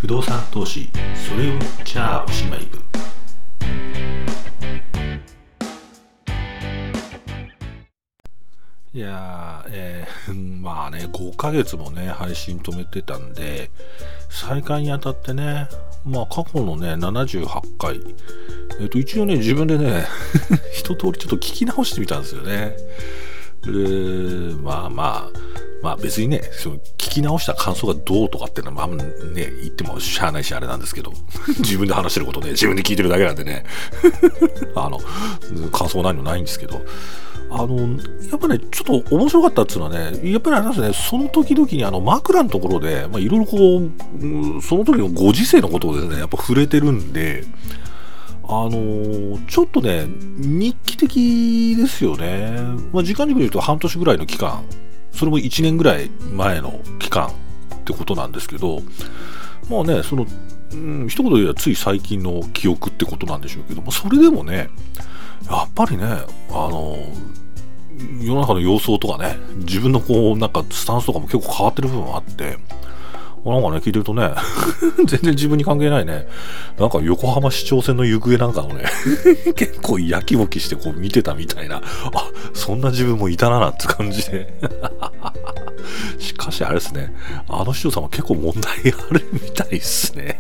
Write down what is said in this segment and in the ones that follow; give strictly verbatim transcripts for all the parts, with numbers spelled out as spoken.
不動産投資それをじゃあおしまい部。いやー、えー、まあねごかげつもね配信止めてたんで、再開にあたってね、まあ過去のねななじゅうはちかい、えっと一応ね自分でね一通りちょっと聞き直してみたんですよね。でまあまあまあ別にねその聞き直した感想がどうとかっていうのはまあね言ってもしゃあないしあれなんですけど自分で話してることね自分で聞いてるだけなんでねあの感想何もないんですけど、あのやっぱねちょっと面白かったっていうのはね、やっぱりあれなんですね、その時々にあの枕のところでまあいろいろこうその時のご時世のことをですねやっぱ触れてるんで、あのー、ちょっとね日記的ですよね。まあ、時間軸で言うと半年ぐらいの期間、それもいちねんぐらい前の期間ってことなんですけど、まあねその、うん、一言で言えばつい最近の記憶ってことなんでしょうけども、それでもねやっぱりねあのー、世の中の様相とかね自分のこうなんかスタンスとかも結構変わってる部分があって、なんかね聞いてるとね全然自分に関係ないね、なんか横浜市長選の行方なんかをね結構やきもきしてこう見てたみたいな、あそんな自分もいたなって感じでしかしあれですね、あの市長さんは結構問題あるみたいですね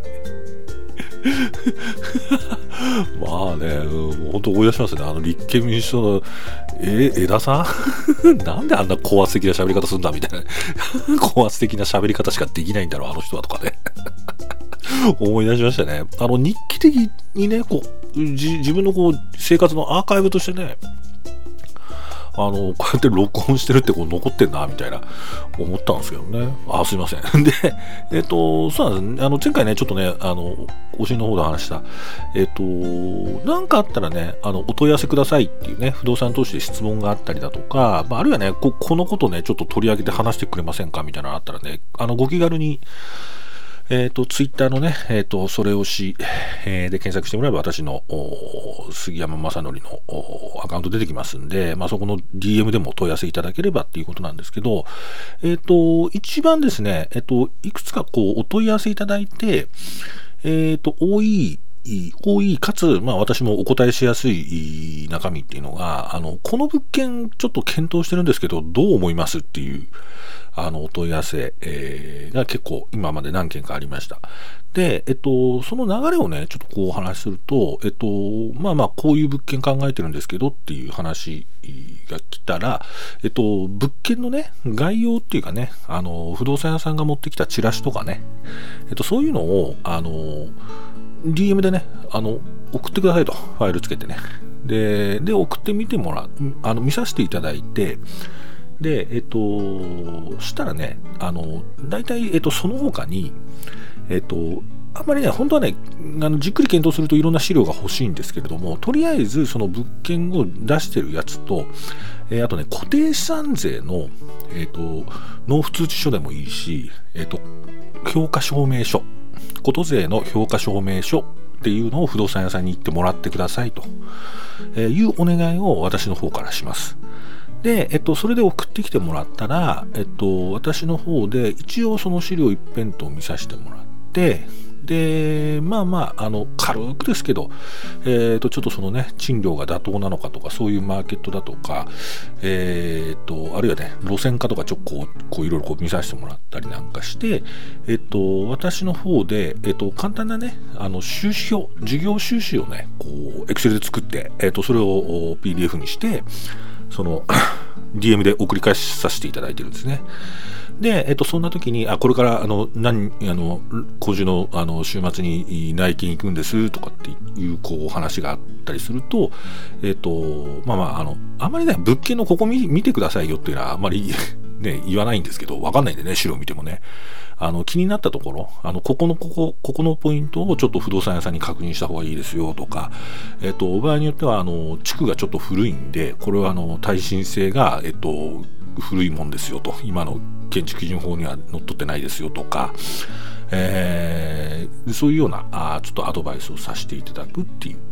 まあね、もう本当思い出しますね。あの立憲民主党のえ江田さんなんであんな高圧的な喋り方するんだみたいな高圧的な喋り方しかできないんだろうあの人はとかね思い出しましたね。あの日記的にねこうじ自分のこう生活のアーカイブとしてね、あのこうやって録音してるってこう残ってんなみたいな思ったんですけどね。あすいませんでえっとそうなんですね、あの前回ねちょっとねあのおしの方で話したえっとなんかあったらねあのお問い合わせくださいっていうね不動産投資で質問があったりだとか、まあ、あるいはね こ, このことねちょっと取り上げて話してくれませんかみたいなのあったらね、あのご気軽にえっ、ー、と、ツイッターのね、えっ、ー、と、それをし、えー、で検索してもらえば私の杉山正則のアカウント出てきますんで、まあそこの ディーエム でも問い合わせいただければっていうことなんですけど、えっ、ー、と、一番ですね、えっ、と、いくつかこうお問い合わせいただいて、えっ、と、多い、多いかつ、まあ私もお答えしやすい中身っていうのが、あの、この物件ちょっと検討してるんですけど、どう思いますっていう、あの、お問い合わせ、えー、が結構今まで何件かありました。で、えっと、その流れをね、ちょっとこうお話しすると、えっと、まあまあ、こういう物件考えてるんですけどっていう話が来たら、えっと、物件のね、概要っていうかね、あの、不動産屋さんが持ってきたチラシとかね、えっと、そういうのを、あの、ディーエム でね、あの、送ってくださいと、ファイルつけてね。で、で、送ってみてもらう、あの、見させていただいて、で、えっと、したらね、あの、大体、えっと、その他に、えっと、あんまりね、本当はね、あのじっくり検討するといろんな資料が欲しいんですけれども、とりあえずその物件を出してるやつと、えー、あとね、固定資産税の、えっと、納付通知書でもいいし、えっと、評価証明書、こと税の評価証明書っていうのを不動産屋さんに行ってもらってくださいというお願いを私の方からします。で、えっと、それで送ってきてもらったら、えっと、私の方で一応その資料一辺と見させてもらって、で、まあまあ、あの、軽くですけど、えっと、ちょっとそのね、賃料が妥当なのかとか、そういうマーケットだとか、えっと、あるいはね、路線価とかちょっとこう、こういろいろこう見させてもらったりなんかして、えっと、私の方で、えっと、簡単なね、あの、収支表、事業収支をね、こう、Excel で作って、えっと、それを ピーディーエフ にして、そのディーエム で送り返させていただいてるんですね。で、えっと、そんな時に、あ、これから、あの、何、あの、今週の、あの、週末に内見行くんです、とかっていう、こう、話があったりすると、えっと、まあまあ、あの、あまりね、物件のここ見、見てくださいよっていうのは、あまりね、言わないんですけど、わかんないんでね、資料見てもね。あの、気になったところ、あの、ここの、ここ、ここのポイントをちょっと不動産屋さんに確認した方がいいですよとか、えっと、場合によっては、あの、地区がちょっと古いんで、これは、あの、耐震性が、えっと、古いもんですよと、今の建築基準法にはのっとってないですよとか、えー、そういうような、あちょっとアドバイスをさせていただくっていう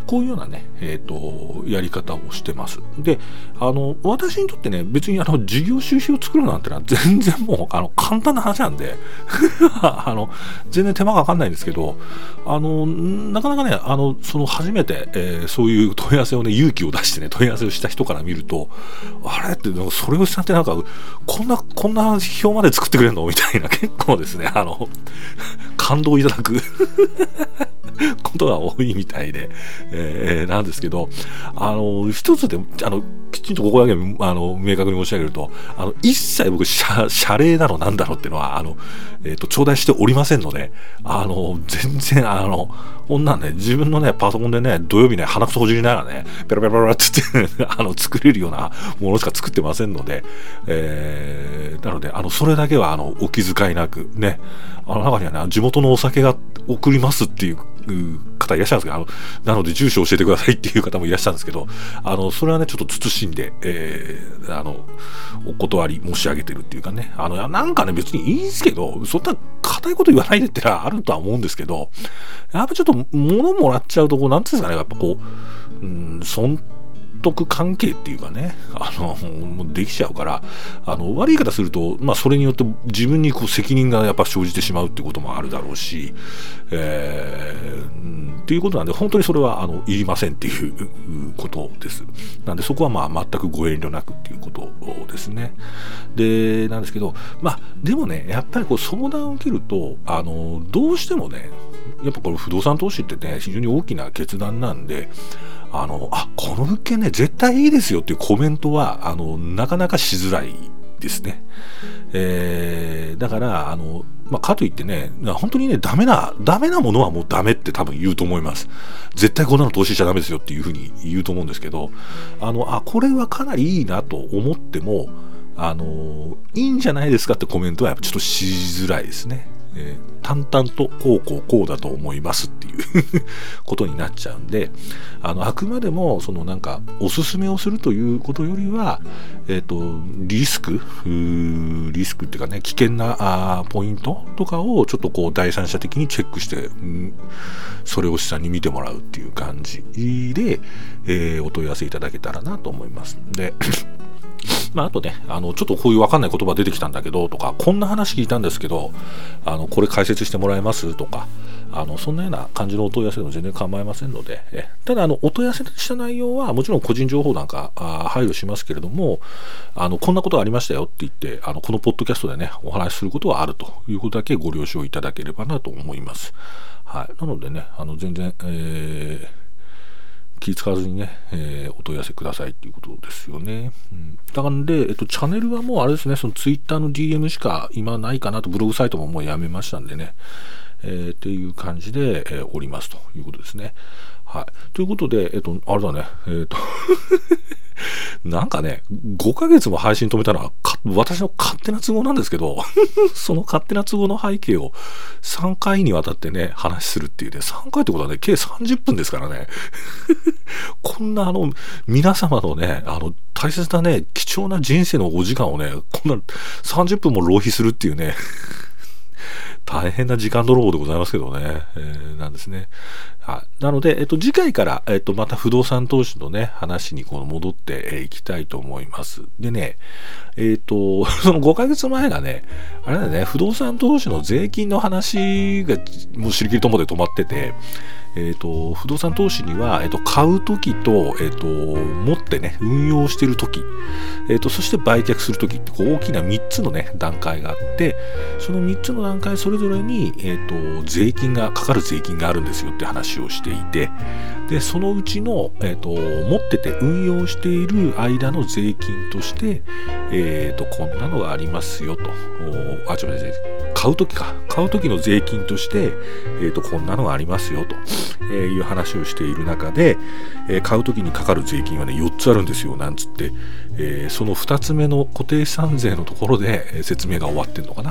こういうようなね、えっと、やり方をしてます。で、あの、私にとってね、別にあの、事業収支を作るなんてのは全然もう、あの、簡単な話なんで、あの、全然手間がかかんないんですけど、あの、なかなかね、あの、その初めて、えー、そういう問い合わせをね、勇気を出してね、問い合わせをした人から見ると、あれって、なんかそれをしたってなんか、こんな、こんな表まで作ってくれるのみたいな、結構ですね、あの、感動いただくことが多いみたいで、えー、なんですけど、あの、一つで、あの、きちんとここだけ、あの、明確に申し上げると、あの、一切僕、謝、謝礼なのなんだろうっていうのは、あの、えっと、頂戴しておりませんので、あの、全然、あの、こんなんね、自分のね、パソコンでね、土曜日ね、鼻くそほじりながらね、ペラペラペラって言って、あの、作れるようなものしか作ってませんので、えー、なので、あの、それだけは、あの、お気遣いなく、ね、あの中にはね、地元のお酒が送りますっていう方いらっしゃるんですけど、あの、なので住所教えてくださいっていう方もいらっしゃるんですけど、あの、それはね、ちょっと慎んで、えー、あの、お断り申し上げてるっていうかね、あの、なんかね、別にいいんですけど、そんな固いこと言わないでってのはあるとは思うんですけど、やっぱちょっと物もらっちゃうと、こう、なんていうんですかね、やっぱこう、うん、損得関係っていうかね、あの、もうできちゃうから、あの、悪い言い方すると、まあ、それによって自分にこう責任がやっぱ生じてしまうってこともあるだろうし、えー、っていうことなんで、本当にそれは、あの、いりませんっていうことです。なんで、そこはまあ、全くご遠慮なくっていうことですね。で、なんですけど、まあ、でもね、やっぱりこう、相談を受けると、あの、どうしてもね、やっぱこれ不動産投資ってね、非常に大きな決断なんで、あの、あ、この物件ね、絶対いいですよっていうコメントは、あの、なかなかしづらいですね。えー、だから、あの、まあ、かといってね、本当にね、ダメな、ダメなものはもうダメって多分言うと思います。絶対こんなの投資しちゃダメですよっていうふうに言うと思うんですけど、あの、あ、これはかなりいいなと思っても、あの、いいんじゃないですかってコメントはやっぱちょっとしづらいですね。えー、淡々とこうこうこうだと思いますっていうことになっちゃうんで、あのあくまでもそのなんかおすすめをするということよりは、えっとリスクリスクっていうかね、危険なあポイントとかをちょっとこう第三者的にチェックして、うん、それを下に見てもらうっていう感じで、えー、お問い合わせいただけたらなと思います。でまあ、あとね、あの、ちょっとこういうわかんない言葉出てきたんだけど、とか、こんな話聞いたんですけど、あの、これ解説してもらえますとか、あの、そんなような感じのお問い合わせでも全然構いませんので、えただ、あの、お問い合わせした内容は、もちろん個人情報なんかあ配慮しますけれども、あの、こんなことがありましたよって言って、あの、このポッドキャストでね、お話しすることはあるということだけご了承いただければなと思います。はい。なのでね、あの、全然、えー気使わずにね、えー、お問い合わせくださいっていうことですよね。うん、だからで、えっと、チャンネルはもうあれですね、そのツイッターの ディーエム しか今ないかなと、ブログサイトももうやめましたんでね、えー、っていう感じで、えー、おりますということですね。はい。ということで、えっと、あれだね、えっと、なんかね、ごかげつも配信止めたのは私の勝手な都合なんですけど、その勝手な都合の背景をさんかいにわたってね、話するっていうね、さんかいってことはね、計さんじゅっぷんですからね。こんなあの、皆様のね、あの、大切なね、貴重な人生のお時間をね、こんなさんじゅっぷんも浪費するっていうね、大変な時間泥棒でございますけどね、えー、なんですね。はい。なので、えっと、次回から、えっと、また不動産投資のね、話にこの戻っていきたいと思います。でね、えっと、そのごかげつまえがね、あれだね、不動産投資の税金の話が、もう知りきりともで止まってて、えっと、不動産投資には、えっと、買うときと、えっと、持ってね、運用しているとき、えっと、そして売却するときって、こう、大きなみっつのね、段階があって、そのみっつの段階それぞれに、えっと、税金が、かかる税金があるんですよって話をしていて、で、そのうちの、えっと、持ってて運用している間の税金として、えっと、こんなのがありますよと。あ、ちょっと待って、買うときか。買うときの税金として、えっと、こんなのがありますよと。えー、いう話をしている中で、えー、買うときにかかる税金はね、よっつあるんですよ、なんつって、えー、そのふたつめの固定資産税のところで、えー、説明が終わってんのかな。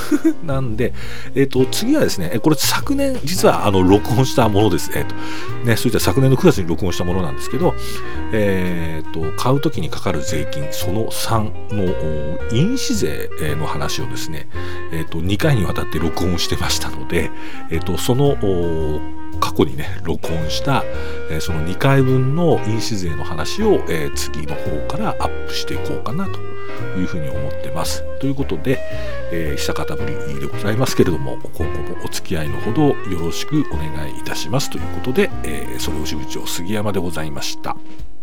なんで、えっと、次はですね、これ昨年実はあの録音したものです。えっとね、そういった昨年のくがつに録音したものなんですけど、えっと買うときにかかる税金そのさんの印紙税の話をですね、えっとにかいにわたって録音してましたので、えっとその過去にね録音した、えー、そのにかいぶんの印紙税の話を、えー、次の方からアップしていこうかなというふうに思ってます。ということで、えー、久方ぶりでございますけれども、今後もお付き合いのほどよろしくお願いいたしますということで、えー、それを支部長杉山でございました。